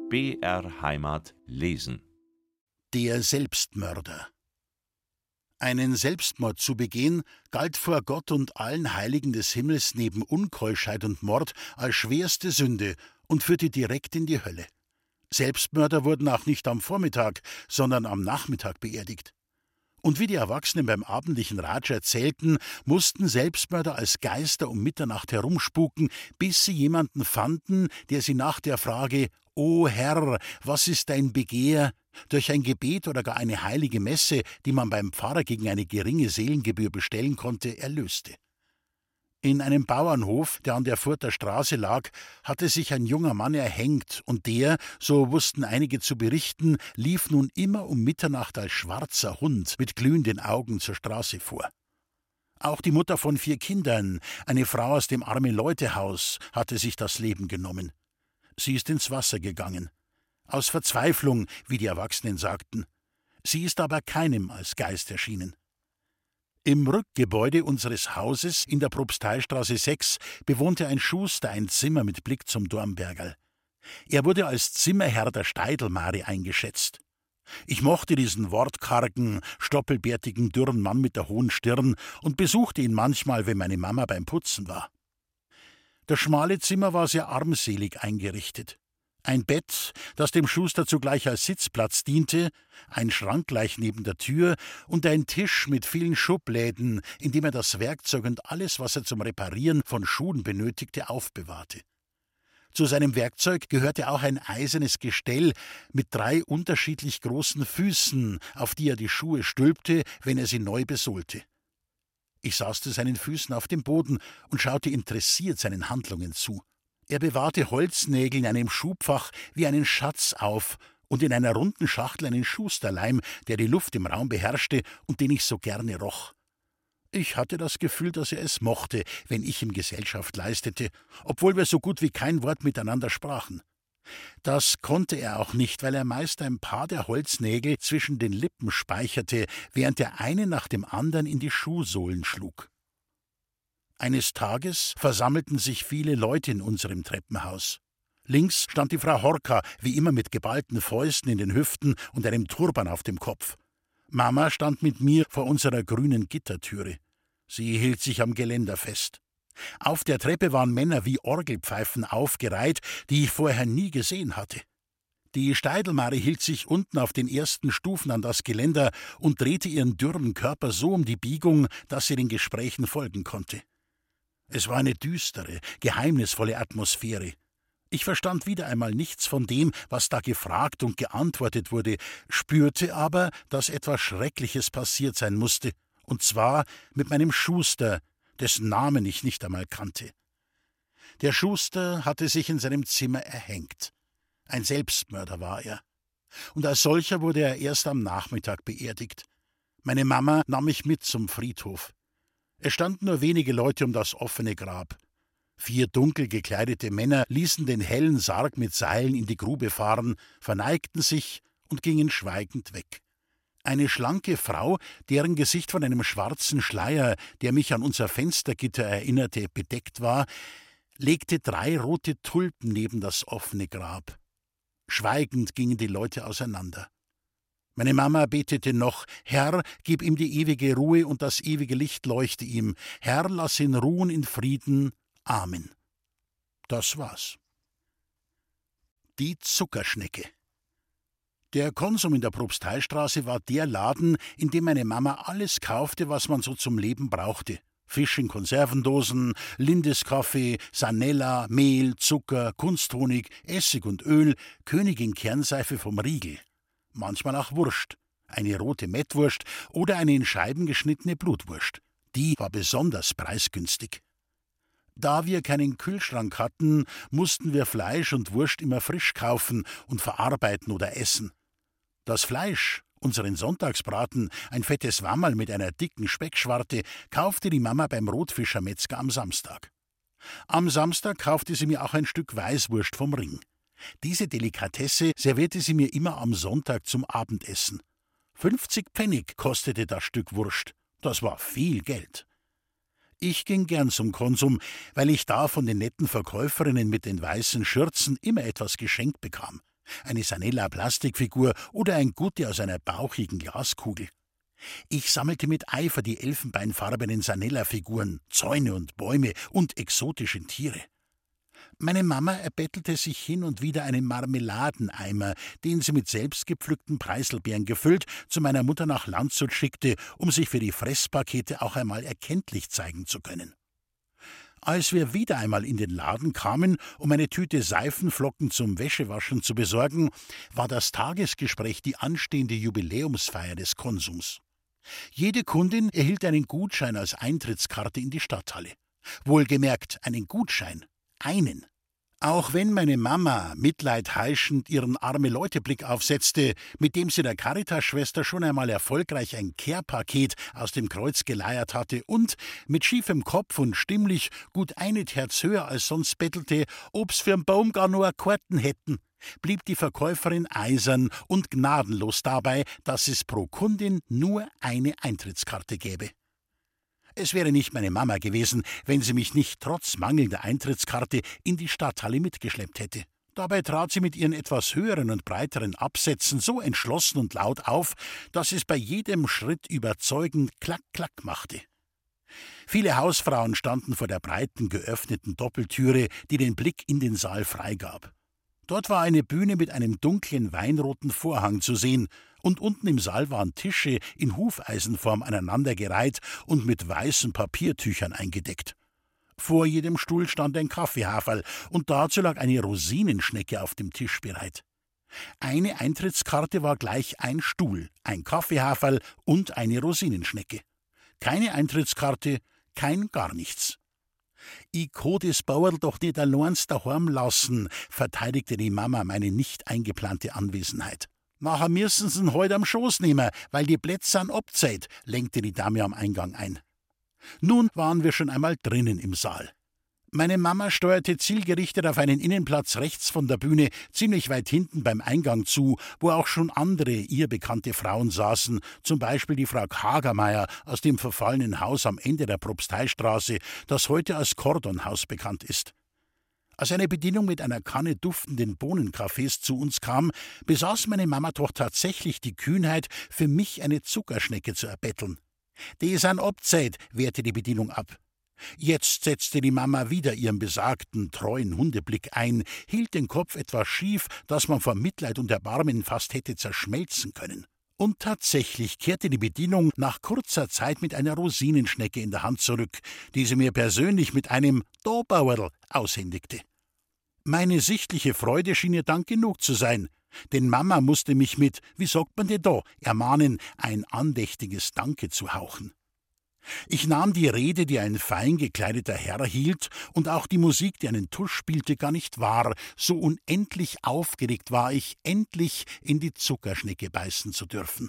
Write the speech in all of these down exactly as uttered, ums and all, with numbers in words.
B R Heimat lesen. Der Selbstmörder. Einen Selbstmord zu begehen, galt vor Gott und allen Heiligen des Himmels neben Unkeuschheit und Mord als schwerste Sünde und führte direkt in die Hölle. Selbstmörder wurden auch nicht am Vormittag, sondern am Nachmittag beerdigt. Und wie die Erwachsenen beim abendlichen Ratsch erzählten, mussten Selbstmörder als Geister um Mitternacht herumspuken, bis sie jemanden fanden, der sie nach der Frage »O Herr, was ist dein Begehr?« durch ein Gebet oder gar eine heilige Messe, die man beim Pfarrer gegen eine geringe Seelengebühr bestellen konnte, erlöste. In einem Bauernhof, der an der Furter Straße lag, hatte sich ein junger Mann erhängt, und der, so wussten einige zu berichten, lief nun immer um Mitternacht als schwarzer Hund mit glühenden Augen zur Straße vor. Auch die Mutter von vier Kindern, eine Frau aus dem Arme-Leute-Haus, hatte sich das Leben genommen. Sie ist ins Wasser gegangen. Aus Verzweiflung, wie die Erwachsenen sagten. Sie ist aber keinem als Geist erschienen. Im Rückgebäude unseres Hauses in der Propsteistraße sechs bewohnte ein Schuster ein Zimmer mit Blick zum Dornbergerl. Er wurde als Zimmerherr der Steidelmare eingeschätzt. Ich mochte diesen wortkargen, stoppelbärtigen, dürren Mann mit der hohen Stirn und besuchte ihn manchmal, wenn meine Mama beim Putzen war. Das schmale Zimmer war sehr armselig eingerichtet. Ein Bett, das dem Schuster zugleich als Sitzplatz diente, ein Schrank gleich neben der Tür und ein Tisch mit vielen Schubläden, in dem er das Werkzeug und alles, was er zum Reparieren von Schuhen benötigte, aufbewahrte. Zu seinem Werkzeug gehörte auch ein eisernes Gestell mit drei unterschiedlich großen Füßen, auf die er die Schuhe stülpte, wenn er sie neu besohlte. Ich saß zu seinen Füßen auf dem Boden und schaute interessiert seinen Handlungen zu. Er bewahrte Holznägel in einem Schubfach wie einen Schatz auf und in einer runden Schachtel einen Schusterleim, der die Luft im Raum beherrschte und den ich so gerne roch. Ich hatte das Gefühl, dass er es mochte, wenn ich ihm Gesellschaft leistete, obwohl wir so gut wie kein Wort miteinander sprachen. Das konnte er auch nicht, weil er meist ein paar der Holznägel zwischen den Lippen speicherte, während der eine nach dem anderen in die Schuhsohlen schlug. Eines Tages versammelten sich viele Leute in unserem Treppenhaus. Links stand die Frau Horka, wie immer mit geballten Fäusten in den Hüften und einem Turban auf dem Kopf. Mama stand mit mir vor unserer grünen Gittertüre. Sie hielt sich am Geländer fest. Auf der Treppe waren Männer wie Orgelpfeifen aufgereiht, die ich vorher nie gesehen hatte. Die Steidelmare hielt sich unten auf den ersten Stufen an das Geländer und drehte ihren dürren Körper so um die Biegung, dass sie den Gesprächen folgen konnte. Es war eine düstere, geheimnisvolle Atmosphäre. Ich verstand wieder einmal nichts von dem, was da gefragt und geantwortet wurde, spürte aber, dass etwas Schreckliches passiert sein musste, und zwar mit meinem Schuster, dessen Namen ich nicht einmal kannte. Der Schuster hatte sich in seinem Zimmer erhängt. Ein Selbstmörder war er. Und als solcher wurde er erst am Nachmittag beerdigt. Meine Mama nahm mich mit zum Friedhof. Es standen nur wenige Leute um das offene Grab. Vier dunkel gekleidete Männer ließen den hellen Sarg mit Seilen in die Grube fahren, verneigten sich und gingen schweigend weg. Eine schlanke Frau, deren Gesicht von einem schwarzen Schleier, der mich an unser Fenstergitter erinnerte, bedeckt war, legte drei rote Tulpen neben das offene Grab. Schweigend gingen die Leute auseinander. Meine Mama betete noch, Herr, gib ihm die ewige Ruhe und das ewige Licht leuchte ihm. Herr, lass ihn ruhen in Frieden. Amen. Das war's. Die Zuckerschnecke. Der Konsum in der Propsteistraße war der Laden, in dem meine Mama alles kaufte, was man so zum Leben brauchte. Fisch in Konservendosen, Lindeskaffee, Sanella, Mehl, Zucker, Kunsthonig, Essig und Öl, Königin Kernseife vom Riegel. Manchmal auch Wurst, eine rote Mettwurst oder eine in Scheiben geschnittene Blutwurst. Die war besonders preisgünstig. Da wir keinen Kühlschrank hatten, mussten wir Fleisch und Wurst immer frisch kaufen und verarbeiten oder essen. Das Fleisch, unseren Sonntagsbraten, ein fettes Wammerl mit einer dicken Speckschwarte, kaufte die Mama beim Rotfischermetzger am Samstag. Am Samstag kaufte sie mir auch ein Stück Weißwurst vom Ring. Diese Delikatesse servierte sie mir immer am Sonntag zum Abendessen. Fünfzig Pfennig kostete das Stück Wurst. Das war viel Geld. Ich ging gern zum Konsum, weil ich da von den netten Verkäuferinnen mit den weißen Schürzen immer etwas geschenkt bekam. Eine Sanella-Plastikfigur oder ein Gutti aus einer bauchigen Glaskugel. Ich sammelte mit Eifer die elfenbeinfarbenen Sanella-Figuren, Zäune und Bäume und exotische Tiere. Meine Mama erbettelte sich hin und wieder einen Marmeladeneimer, den sie mit selbstgepflückten Preiselbeeren gefüllt zu meiner Mutter nach Landshut schickte, um sich für die Fresspakete auch einmal erkenntlich zeigen zu können. Als wir wieder einmal in den Laden kamen, um eine Tüte Seifenflocken zum Wäschewaschen zu besorgen, war das Tagesgespräch die anstehende Jubiläumsfeier des Konsums. Jede Kundin erhielt einen Gutschein als Eintrittskarte in die Stadthalle. Wohlgemerkt einen Gutschein. Einen. Auch wenn meine Mama mitleidheischend ihren Arme-Leute-Blick aufsetzte, mit dem sie der Caritas-Schwester schon einmal erfolgreich ein Care-Paket aus dem Kreuz geleiert hatte und mit schiefem Kopf und stimmlich gut ein Herz höher als sonst bettelte, ob's für'n Baum gar nur Karten hätten, blieb die Verkäuferin eisern und gnadenlos dabei, dass es pro Kundin nur eine Eintrittskarte gäbe. Es wäre nicht meine Mama gewesen, wenn sie mich nicht trotz mangelnder Eintrittskarte in die Stadthalle mitgeschleppt hätte. Dabei trat sie mit ihren etwas höheren und breiteren Absätzen so entschlossen und laut auf, dass es bei jedem Schritt überzeugend Klack-Klack machte. Viele Hausfrauen standen vor der breiten, geöffneten Doppeltüre, die den Blick in den Saal freigab. Dort war eine Bühne mit einem dunklen weinroten Vorhang zu sehen, und unten im Saal waren Tische in Hufeisenform aneinandergereiht und mit weißen Papiertüchern eingedeckt. Vor jedem Stuhl stand ein Kaffeehaferl, und dazu lag eine Rosinenschnecke auf dem Tisch bereit. Eine Eintrittskarte war gleich ein Stuhl, ein Kaffeehaferl und eine Rosinenschnecke. Keine Eintrittskarte, kein gar nichts. »Ich kann das Bauerl doch nicht allein daheim lassen«, verteidigte die Mama meine nicht eingeplante Anwesenheit. »Nachher müssen sie ihn heut am Schoß nehmen, weil die Plätze sind abzeit«, lenkte die Dame am Eingang ein. Nun waren wir schon einmal drinnen im Saal. Meine Mama steuerte zielgerichtet auf einen Innenplatz rechts von der Bühne, ziemlich weit hinten beim Eingang zu, wo auch schon andere ihr bekannte Frauen saßen, zum Beispiel die Frau Hagermeier aus dem verfallenen Haus am Ende der Propsteistraße, das heute als Kordonhaus bekannt ist. Als eine Bedienung mit einer Kanne duftenden Bohnenkaffees zu uns kam, besaß meine Mama doch tatsächlich die Kühnheit, für mich eine Zuckerschnecke zu erbetteln. »Die sind abzeit«, wehrte die Bedienung ab. Jetzt setzte die Mama wieder ihren besagten, treuen Hundeblick ein, hielt den Kopf etwas schief, dass man vor Mitleid und Erbarmen fast hätte zerschmelzen können. Und tatsächlich kehrte die Bedienung nach kurzer Zeit mit einer Rosinenschnecke in der Hand zurück, die sie mir persönlich mit einem »Da, Bauerl« aushändigte. Meine sichtliche Freude schien ihr Dank genug zu sein, denn Mama musste mich mit, wie sagt man denn da, ermahnen, ein andächtiges Danke zu hauchen. Ich nahm die Rede, die ein fein gekleideter Herr hielt, und auch die Musik, die einen Tusch spielte, gar nicht wahr. So unendlich aufgeregt war ich, endlich in die Zuckerschnecke beißen zu dürfen.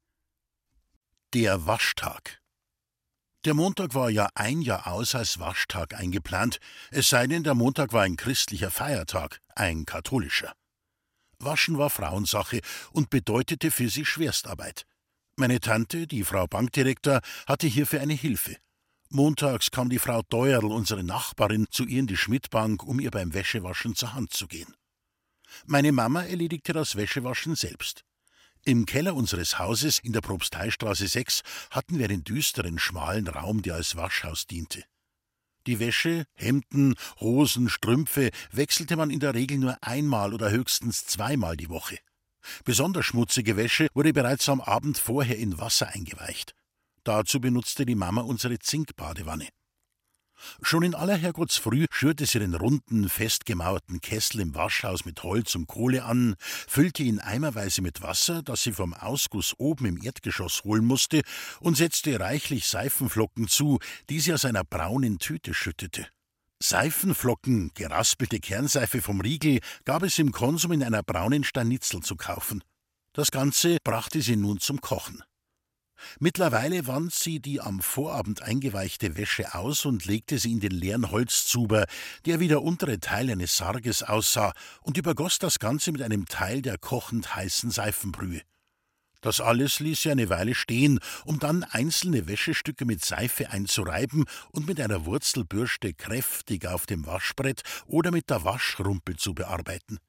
Der Waschtag. Der Montag war ja ein Jahr aus als Waschtag eingeplant, es sei denn, der Montag war ein christlicher Feiertag, ein katholischer. Waschen war Frauensache und bedeutete für sie Schwerstarbeit. Meine Tante, die Frau Bankdirektor, hatte hierfür eine Hilfe. Montags kam die Frau Deuerl, unsere Nachbarin, zu ihr in die Schmidtbank, um ihr beim Wäschewaschen zur Hand zu gehen. Meine Mama erledigte das Wäschewaschen selbst. Im Keller unseres Hauses in der Propsteistraße sechs hatten wir einen düsteren, schmalen Raum, der als Waschhaus diente. Die Wäsche, Hemden, Hosen, Strümpfe wechselte man in der Regel nur einmal oder höchstens zweimal die Woche. Besonders schmutzige Wäsche wurde bereits am Abend vorher in Wasser eingeweicht. Dazu benutzte die Mama unsere Zinkbadewanne. Schon in aller Herrgottsfrüh schürte sie den runden, festgemauerten Kessel im Waschhaus mit Holz und Kohle an, füllte ihn eimerweise mit Wasser, das sie vom Ausguss oben im Erdgeschoss holen musste, und setzte reichlich Seifenflocken zu, die sie aus einer braunen Tüte schüttete. Seifenflocken, geraspelte Kernseife vom Riegel, gab es im Konsum in einer braunen Stanitzel zu kaufen. Das Ganze brachte sie nun zum Kochen. Mittlerweile wand sie die am Vorabend eingeweichte Wäsche aus und legte sie in den leeren Holzzuber, der wie der untere Teil eines Sarges aussah, und übergoss das Ganze mit einem Teil der kochend heißen Seifenbrühe. Das alles ließ sie eine Weile stehen, um dann einzelne Wäschestücke mit Seife einzureiben und mit einer Wurzelbürste kräftig auf dem Waschbrett oder mit der Waschrumpel zu bearbeiten.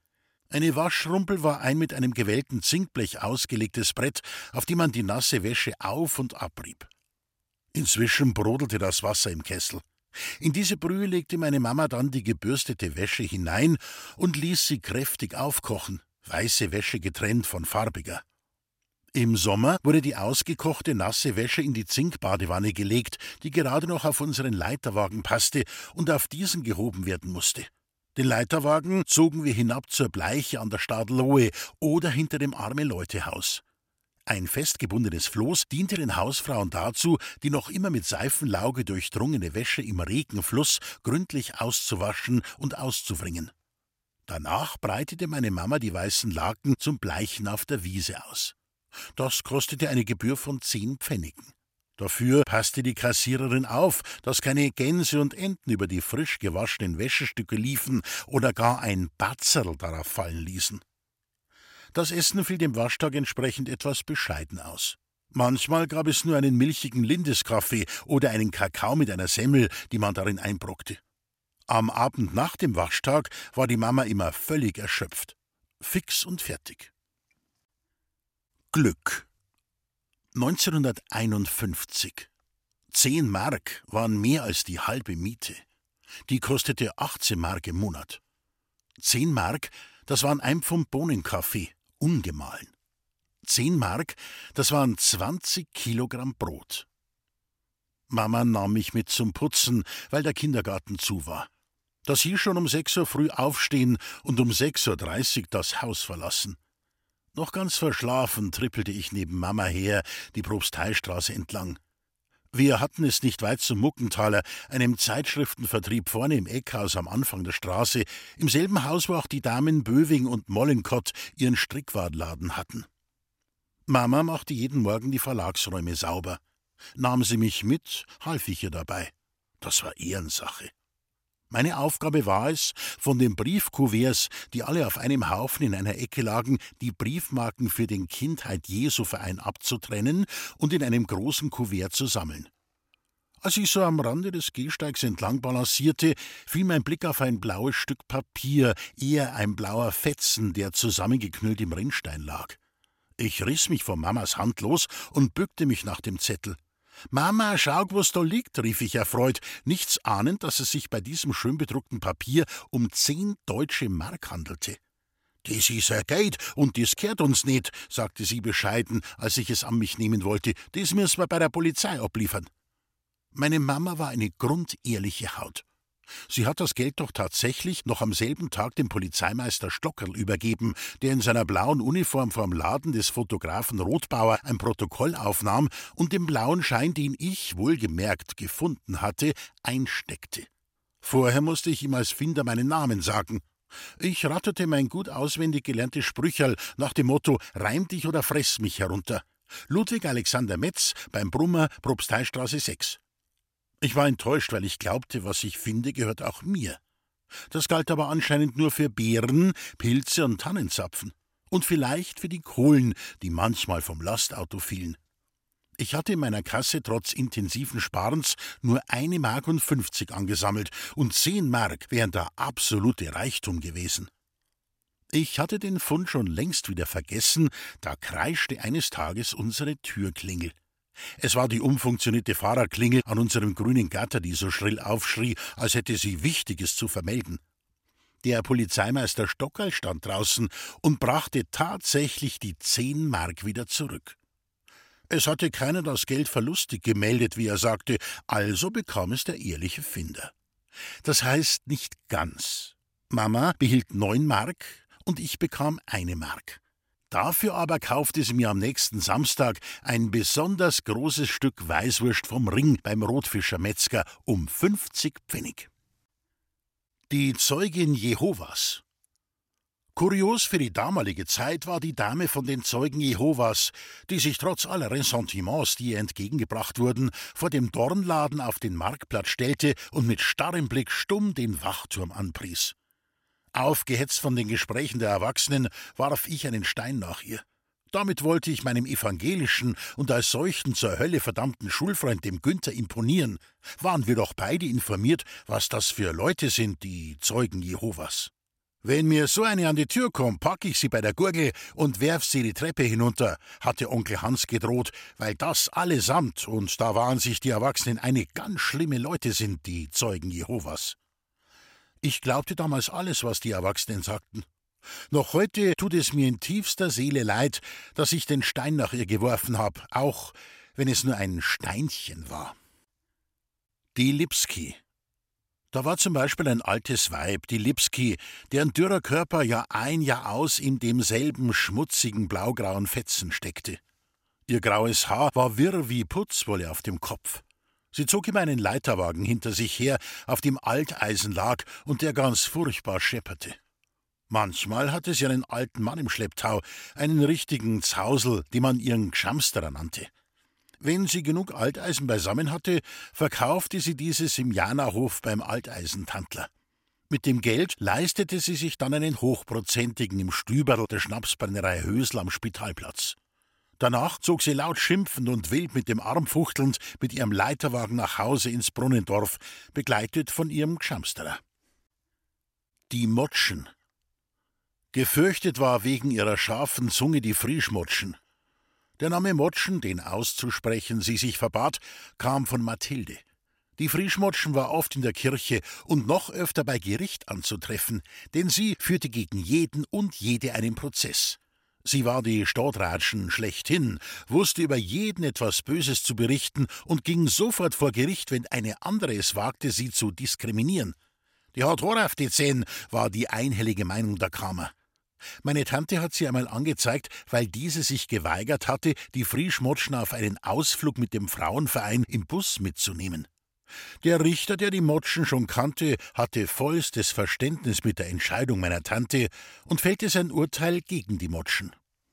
Eine Waschrumpel war ein mit einem gewellten Zinkblech ausgelegtes Brett, auf dem man die nasse Wäsche auf- und abrieb. Inzwischen brodelte das Wasser im Kessel. In diese Brühe legte meine Mama dann die gebürstete Wäsche hinein und ließ sie kräftig aufkochen, weiße Wäsche getrennt von farbiger. Im Sommer wurde die ausgekochte nasse Wäsche in die Zinkbadewanne gelegt, die gerade noch auf unseren Leiterwagen passte und auf diesen gehoben werden musste. Den Leiterwagen zogen wir hinab zur Bleiche an der Stadelhohe oder hinter dem Arme-Leute-Haus. Ein festgebundenes Floß diente den Hausfrauen dazu, die noch immer mit Seifenlauge durchdrungene Wäsche im Regenfluss gründlich auszuwaschen und auszubringen. Danach breitete meine Mama die weißen Laken zum Bleichen auf der Wiese aus. Das kostete eine Gebühr von zehn Pfennigen. Dafür passte die Kassiererin auf, dass keine Gänse und Enten über die frisch gewaschenen Wäschestücke liefen oder gar ein Batzerl darauf fallen ließen. Das Essen fiel dem Waschtag entsprechend etwas bescheiden aus. Manchmal gab es nur einen milchigen Lindeskaffee oder einen Kakao mit einer Semmel, die man darin einbrockte. Am Abend nach dem Waschtag war die Mama immer völlig erschöpft. Fix und fertig. Glück. neunzehnhunderteinundfünfzig. Zehn Mark waren mehr als die halbe Miete. Die kostete achtzehn Mark im Monat. Zehn Mark, das waren ein Pfund Bohnenkaffee, ungemahlen. Zehn Mark, das waren zwanzig Kilogramm Brot. Mama nahm mich mit zum Putzen, weil der Kindergarten zu war. Das hieß schon um sechs Uhr früh aufstehen und um sechs Uhr dreißig das Haus verlassen. Noch ganz verschlafen trippelte ich neben Mama her, die Propsteistraße entlang. Wir hatten es nicht weit zum Muckenthaler, einem Zeitschriftenvertrieb vorne im Eckhaus am Anfang der Straße, im selben Haus, wo auch die Damen Böwing und Mollenkott ihren Strickwarenladen hatten. Mama machte jeden Morgen die Verlagsräume sauber. Nahm sie mich mit, half ich ihr dabei. Das war Ehrensache. Meine Aufgabe war es, von den Briefkuverts, die alle auf einem Haufen in einer Ecke lagen, die Briefmarken für den Kindheit-Jesu-Verein abzutrennen und in einem großen Kuvert zu sammeln. Als ich so am Rande des Gehsteigs entlang balancierte, fiel mein Blick auf ein blaues Stück Papier, eher ein blauer Fetzen, der zusammengeknüllt im Rinnstein lag. Ich riss mich von Mamas Hand los und bückte mich nach dem Zettel. »Mama, schau, was da liegt«, rief ich erfreut, nichts ahnend, dass es sich bei diesem schön bedruckten Papier um zehn deutsche Mark handelte. »Das ist ein Geld und das gehört uns nicht«, sagte sie bescheiden, als ich es an mich nehmen wollte. »Das müssen wir bei der Polizei abliefern.« Meine Mama war eine grundehrliche Haut. Sie hat das Geld doch tatsächlich noch am selben Tag dem Polizeimeister Stockerl übergeben, der in seiner blauen Uniform vorm Laden des Fotografen Rothbauer ein Protokoll aufnahm und den blauen Schein, den ich, wohlgemerkt, gefunden hatte, einsteckte. Vorher musste ich ihm als Finder meinen Namen sagen. Ich ratterte mein gut auswendig gelerntes Sprücherl nach dem Motto »Reim dich oder fress mich« herunter. Ludwig Alexander Metz beim Brummer, Propsteistraße sechs. Ich war enttäuscht, weil ich glaubte, was ich finde, gehört auch mir. Das galt aber anscheinend nur für Beeren, Pilze und Tannenzapfen. Und vielleicht für die Kohlen, die manchmal vom Lastauto fielen. Ich hatte in meiner Kasse trotz intensiven Sparens nur eine Mark und fünfzig angesammelt und zehn Mark wären der absolute Reichtum gewesen. Ich hatte den Fund schon längst wieder vergessen, da kreischte eines Tages unsere Türklingel. Es war die umfunktionierte Fahrerklingel an unserem grünen Gatter, die so schrill aufschrie, als hätte sie Wichtiges zu vermelden. Der Polizeimeister Stockerl stand draußen und brachte tatsächlich die zehn Mark wieder zurück. Es hatte keiner das Geld verlustig gemeldet, wie er sagte, also bekam es der ehrliche Finder. Das heißt nicht ganz. Mama behielt neun Mark und ich bekam eine Mark. Dafür aber kaufte sie mir am nächsten Samstag ein besonders großes Stück Weißwurst vom Ring beim Rotfischer Metzger um fünfzig Pfennig. Die Zeugin Jehovas. Kurios für die damalige Zeit war die Dame von den Zeugen Jehovas, die sich trotz aller Ressentiments, die ihr entgegengebracht wurden, vor dem Dornladen auf den Marktplatz stellte und mit starrem Blick stumm den Wachturm anpries. Aufgehetzt von den Gesprächen der Erwachsenen warf ich einen Stein nach ihr. Damit wollte ich meinem evangelischen und als solchen zur Hölle verdammten Schulfreund dem Günther imponieren. Waren wir doch beide informiert, was das für Leute sind, die Zeugen Jehovas. »Wenn mir so eine an die Tür kommt, pack ich sie bei der Gurgel und werf sie die Treppe hinunter«, hatte Onkel Hans gedroht, weil das allesamt, und da waren sich die Erwachsenen einig, ganz schlimme Leute sind, die Zeugen Jehovas. Ich glaubte damals alles, was die Erwachsenen sagten. Noch heute tut es mir in tiefster Seele leid, dass ich den Stein nach ihr geworfen habe, auch wenn es nur ein Steinchen war. Die Lipski. Da war zum Beispiel ein altes Weib, die Lipski, deren dürrer Körper Jahr ein, Jahr aus in demselben schmutzigen blaugrauen Fetzen steckte. Ihr graues Haar war wirr wie Putzwolle auf dem Kopf. Sie zog immer einen Leiterwagen hinter sich her, auf dem Alteisen lag und der ganz furchtbar schepperte. Manchmal hatte sie einen alten Mann im Schlepptau, einen richtigen Zausel, den man ihren Gschamsterer nannte. Wenn sie genug Alteisen beisammen hatte, verkaufte sie dieses im Janahof beim Alteisentantler. Mit dem Geld leistete sie sich dann einen hochprozentigen im Stüberl der Schnapsbrennerei Hösel am Spitalplatz. Danach zog sie laut schimpfend und wild mit dem Arm fuchtelnd mit ihrem Leiterwagen nach Hause ins Brunnendorf, begleitet von ihrem Gschamsterer. Die Motschen. Gefürchtet war wegen ihrer scharfen Zunge die Frieschmotschen. Der Name Motschen, den auszusprechen sie sich verbat, kam von Mathilde. Die Frieschmotschen war oft in der Kirche und noch öfter bei Gericht anzutreffen, denn sie führte gegen jeden und jede einen Prozess. Sie war die Stadtratschen schlechthin, wusste über jeden etwas Böses zu berichten und ging sofort vor Gericht, wenn eine andere es wagte, sie zu diskriminieren. Die hat Rohr auf die Zähne, war die einhellige Meinung der Kammer. Meine Tante hat sie einmal angezeigt, weil diese sich geweigert hatte, die Frieschmotschen auf einen Ausflug mit dem Frauenverein im Bus mitzunehmen. Der Richter, der die Motschen schon kannte, hatte vollstes Verständnis mit der Entscheidung meiner Tante und fällte sein Urteil gegen die Motschen.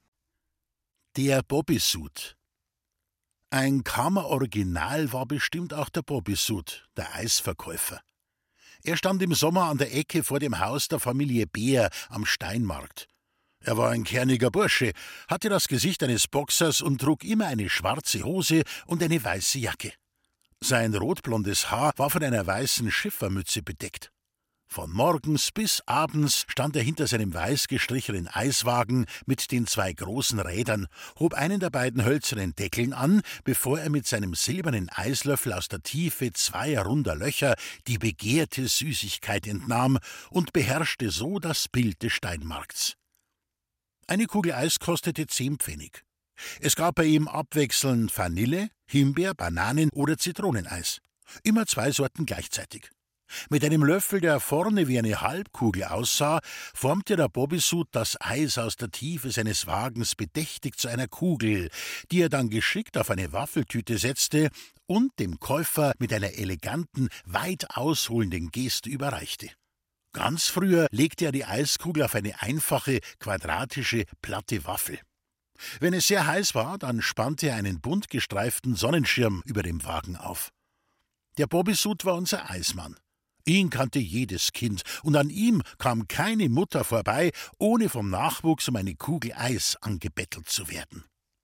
Der Bobbysud. Ein Kammeroriginal war bestimmt auch der Bobbysud, der Eisverkäufer. Er stand im Sommer an der Ecke vor dem Haus der Familie Beer am Steinmarkt. Er war ein kerniger Bursche, hatte das Gesicht eines Boxers und trug immer eine schwarze Hose und eine weiße Jacke. Sein rotblondes Haar war von einer weißen Schiffermütze bedeckt. Von morgens bis abends stand er hinter seinem weiß gestrichenen Eiswagen mit den zwei großen Rädern, hob einen der beiden hölzernen Deckeln an, bevor er mit seinem silbernen Eislöffel aus der Tiefe zweier runder Löcher die begehrte Süßigkeit entnahm und beherrschte so das Bild des Steinmarkts. Eine Kugel Eis kostete zehn Pfennig. Es gab bei ihm abwechselnd Vanille, Himbeer, Bananen- oder Zitroneneis. Immer zwei Sorten gleichzeitig. Mit einem Löffel, der vorne wie eine Halbkugel aussah, formte der Bobbysud das Eis aus der Tiefe seines Wagens bedächtig zu einer Kugel, die er dann geschickt auf eine Waffeltüte setzte und dem Käufer mit einer eleganten, weit ausholenden Geste überreichte. Ganz früher legte er die Eiskugel auf eine einfache, quadratische, platte Waffel. Wenn es sehr heiß war, dann spannte er einen bunt gestreiften Sonnenschirm über dem Wagen auf. Der Bobbysud war unser Eismann. Ihn kannte jedes Kind, und an ihm kam keine Mutter vorbei, ohne vom Nachwuchs um eine Kugel Eis angebettelt zu werden.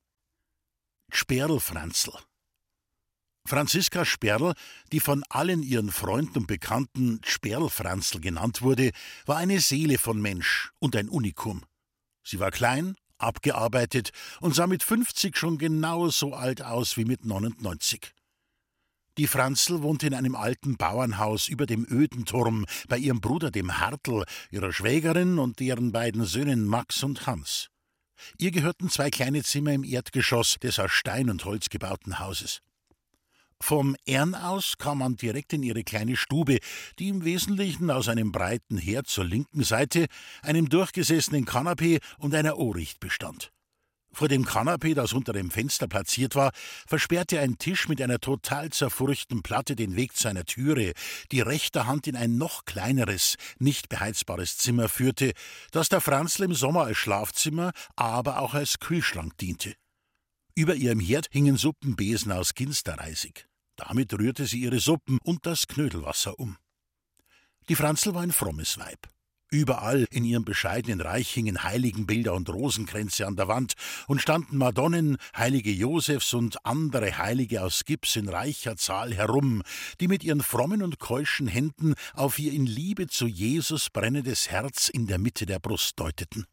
Sperl Franzl. Franziska Sperl, die von allen ihren Freunden und Bekannten Sperl Franzl genannt wurde, war eine Seele von Mensch und ein Unikum. Sie war klein, abgearbeitet und sah mit fünfzig schon genau so alt aus wie mit neunundneunzig. Die Franzl wohnte in einem alten Bauernhaus über dem Ödenturm bei ihrem Bruder dem Hartl, ihrer Schwägerin und deren beiden Söhnen Max und Hans. Ihr gehörten zwei kleine Zimmer im Erdgeschoss des aus Stein und Holz gebauten Hauses. Vom Ern aus kam man direkt in ihre kleine Stube, die im Wesentlichen aus einem breiten Herd zur linken Seite, einem durchgesessenen Kanapee und einer Ohricht bestand. Vor dem Kanapee, das unter dem Fenster platziert war, versperrte ein Tisch mit einer total zerfurchten Platte den Weg zu einer Türe, die rechter Hand in ein noch kleineres, nicht beheizbares Zimmer führte, das der Franzl im Sommer als Schlafzimmer, aber auch als Kühlschrank diente. Über ihrem Herd hingen Suppenbesen aus Ginsterreisig. Damit rührte sie ihre Suppen und das Knödelwasser um. Die Franzl war ein frommes Weib. Überall in ihrem bescheidenen Reich hingen Heiligenbilder und Rosenkränze an der Wand und standen Madonnen, heilige Josefs und andere Heilige aus Gips in reicher Zahl herum, die mit ihren frommen und keuschen Händen auf ihr in Liebe zu Jesus brennendes Herz in der Mitte der Brust deuteten.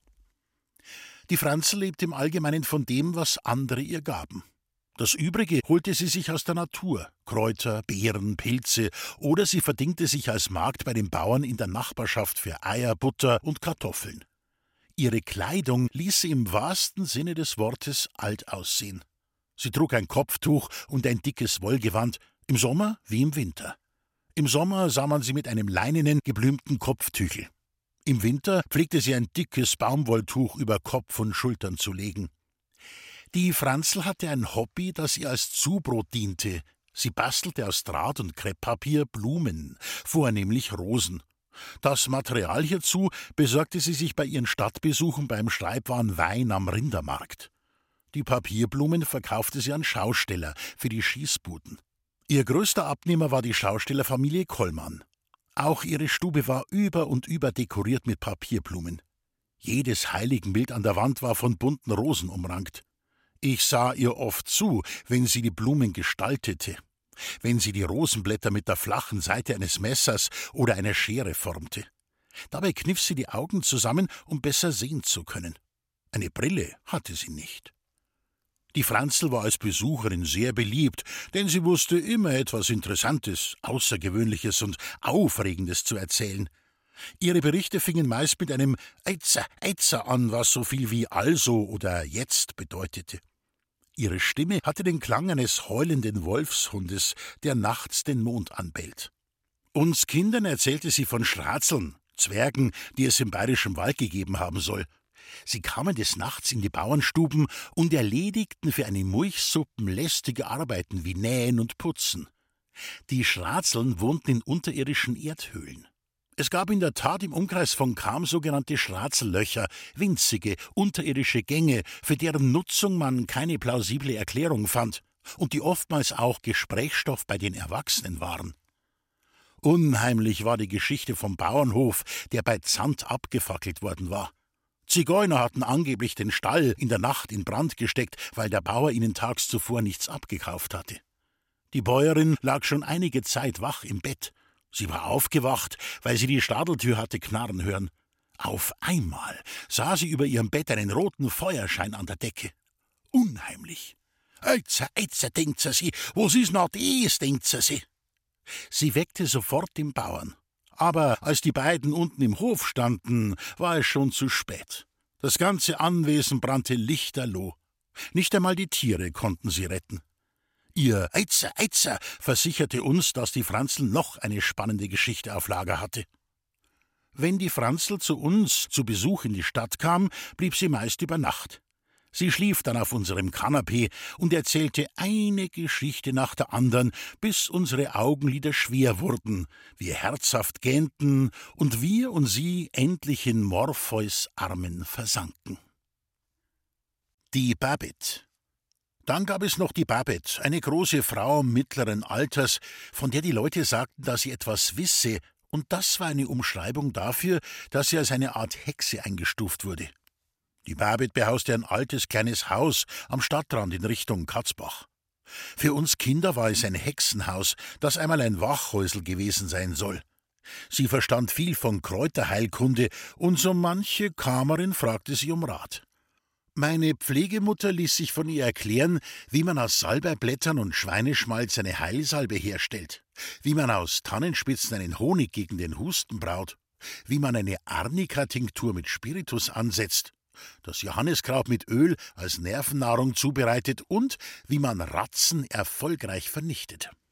Die Franzl lebte im Allgemeinen von dem, was andere ihr gaben. Das Übrige holte sie sich aus der Natur, Kräuter, Beeren, Pilze, oder sie verdingte sich als Magd bei den Bauern in der Nachbarschaft für Eier, Butter und Kartoffeln. Ihre Kleidung ließ sie im wahrsten Sinne des Wortes alt aussehen. Sie trug ein Kopftuch und ein dickes Wollgewand, im Sommer wie im Winter. Im Sommer sah man sie mit einem leinenen, geblümten Kopftüchel. Im Winter pflegte sie ein dickes Baumwolltuch über Kopf und Schultern zu legen. Die Franzl hatte ein Hobby, das ihr als Zubrot diente. Sie bastelte aus Draht und Krepppapier Blumen, vornehmlich Rosen. Das Material hierzu besorgte sie sich bei ihren Stadtbesuchen beim Schreibwaren Wein am Rindermarkt. Die Papierblumen verkaufte sie an Schausteller für die Schießbuden. Ihr größter Abnehmer war die Schaustellerfamilie Kollmann. Auch ihre Stube war über und über dekoriert mit Papierblumen. Jedes Heiligenbild an der Wand war von bunten Rosen umrankt. Ich sah ihr oft zu, wenn sie die Blumen gestaltete, wenn sie die Rosenblätter mit der flachen Seite eines Messers oder einer Schere formte. Dabei kniff sie die Augen zusammen, um besser sehen zu können. Eine Brille hatte sie nicht. Die Franzl war als Besucherin sehr beliebt, denn sie wusste immer etwas Interessantes, Außergewöhnliches und Aufregendes zu erzählen. Ihre Berichte fingen meist mit einem »Eitzer, Eitzer« an, was so viel wie »also« oder »jetzt« bedeutete. Ihre Stimme hatte den Klang eines heulenden Wolfshundes, der nachts den Mond anbellt. Uns Kindern erzählte sie von Schratzeln, Zwergen, die es im bayerischen Wald gegeben haben soll. Sie kamen des Nachts in die Bauernstuben und erledigten für eine Mulchsuppen lästige Arbeiten wie Nähen und Putzen. Die Schratzeln wohnten in unterirdischen Erdhöhlen. Es gab in der Tat im Umkreis von Cham sogenannte Schratzellöcher, winzige, unterirdische Gänge, für deren Nutzung man keine plausible Erklärung fand und die oftmals auch Gesprächsstoff bei den Erwachsenen waren. Unheimlich war die Geschichte vom Bauernhof, der bei Zand abgefackelt worden war. Zigeuner hatten angeblich den Stall in der Nacht in Brand gesteckt, weil der Bauer ihnen tags zuvor nichts abgekauft hatte. Die Bäuerin lag schon einige Zeit wach im Bett. Sie war aufgewacht, weil sie die Stadeltür hatte knarren hören. Auf einmal sah sie über ihrem Bett einen roten Feuerschein an der Decke. Unheimlich. »Eitzer, Eitzer«, denkt sie sich, »was ist noch das«, denkt sie sich. Sie weckte sofort den Bauern. Aber als die beiden unten im Hof standen, war es schon zu spät. Das ganze Anwesen brannte lichterloh. Nicht einmal die Tiere konnten sie retten. Ihr »Eitzer, Eitzer« versicherte uns, dass die Franzl noch eine spannende Geschichte auf Lager hatte. Wenn die Franzl zu uns zu Besuch in die Stadt kam, blieb sie meist über Nacht. Sie schlief dann auf unserem Kanapee und erzählte eine Geschichte nach der anderen, bis unsere Augenlider schwer wurden, wir herzhaft gähnten und wir und sie endlich in Morpheus Armen versanken. Die Babette. Dann gab es noch die Babette, eine große Frau mittleren Alters, von der die Leute sagten, dass sie etwas wisse, und das war eine Umschreibung dafür, dass sie als eine Art Hexe eingestuft wurde. Die Babette behauste ein altes, kleines Haus am Stadtrand in Richtung Katzbach. Für uns Kinder war es ein Hexenhaus, das einmal ein Wachhäusl gewesen sein soll. Sie verstand viel von Kräuterheilkunde, und so manche Kamerin fragte sie um Rat. Meine Pflegemutter ließ sich von ihr erklären, wie man aus Salbeiblättern und Schweineschmalz eine Heilsalbe herstellt, wie man aus Tannenspitzen einen Honig gegen den Husten braut, wie man eine Arnika-Tinktur mit Spiritus ansetzt, das Johanniskraut mit Öl als Nervennahrung zubereitet und wie man Ratzen erfolgreich vernichtet.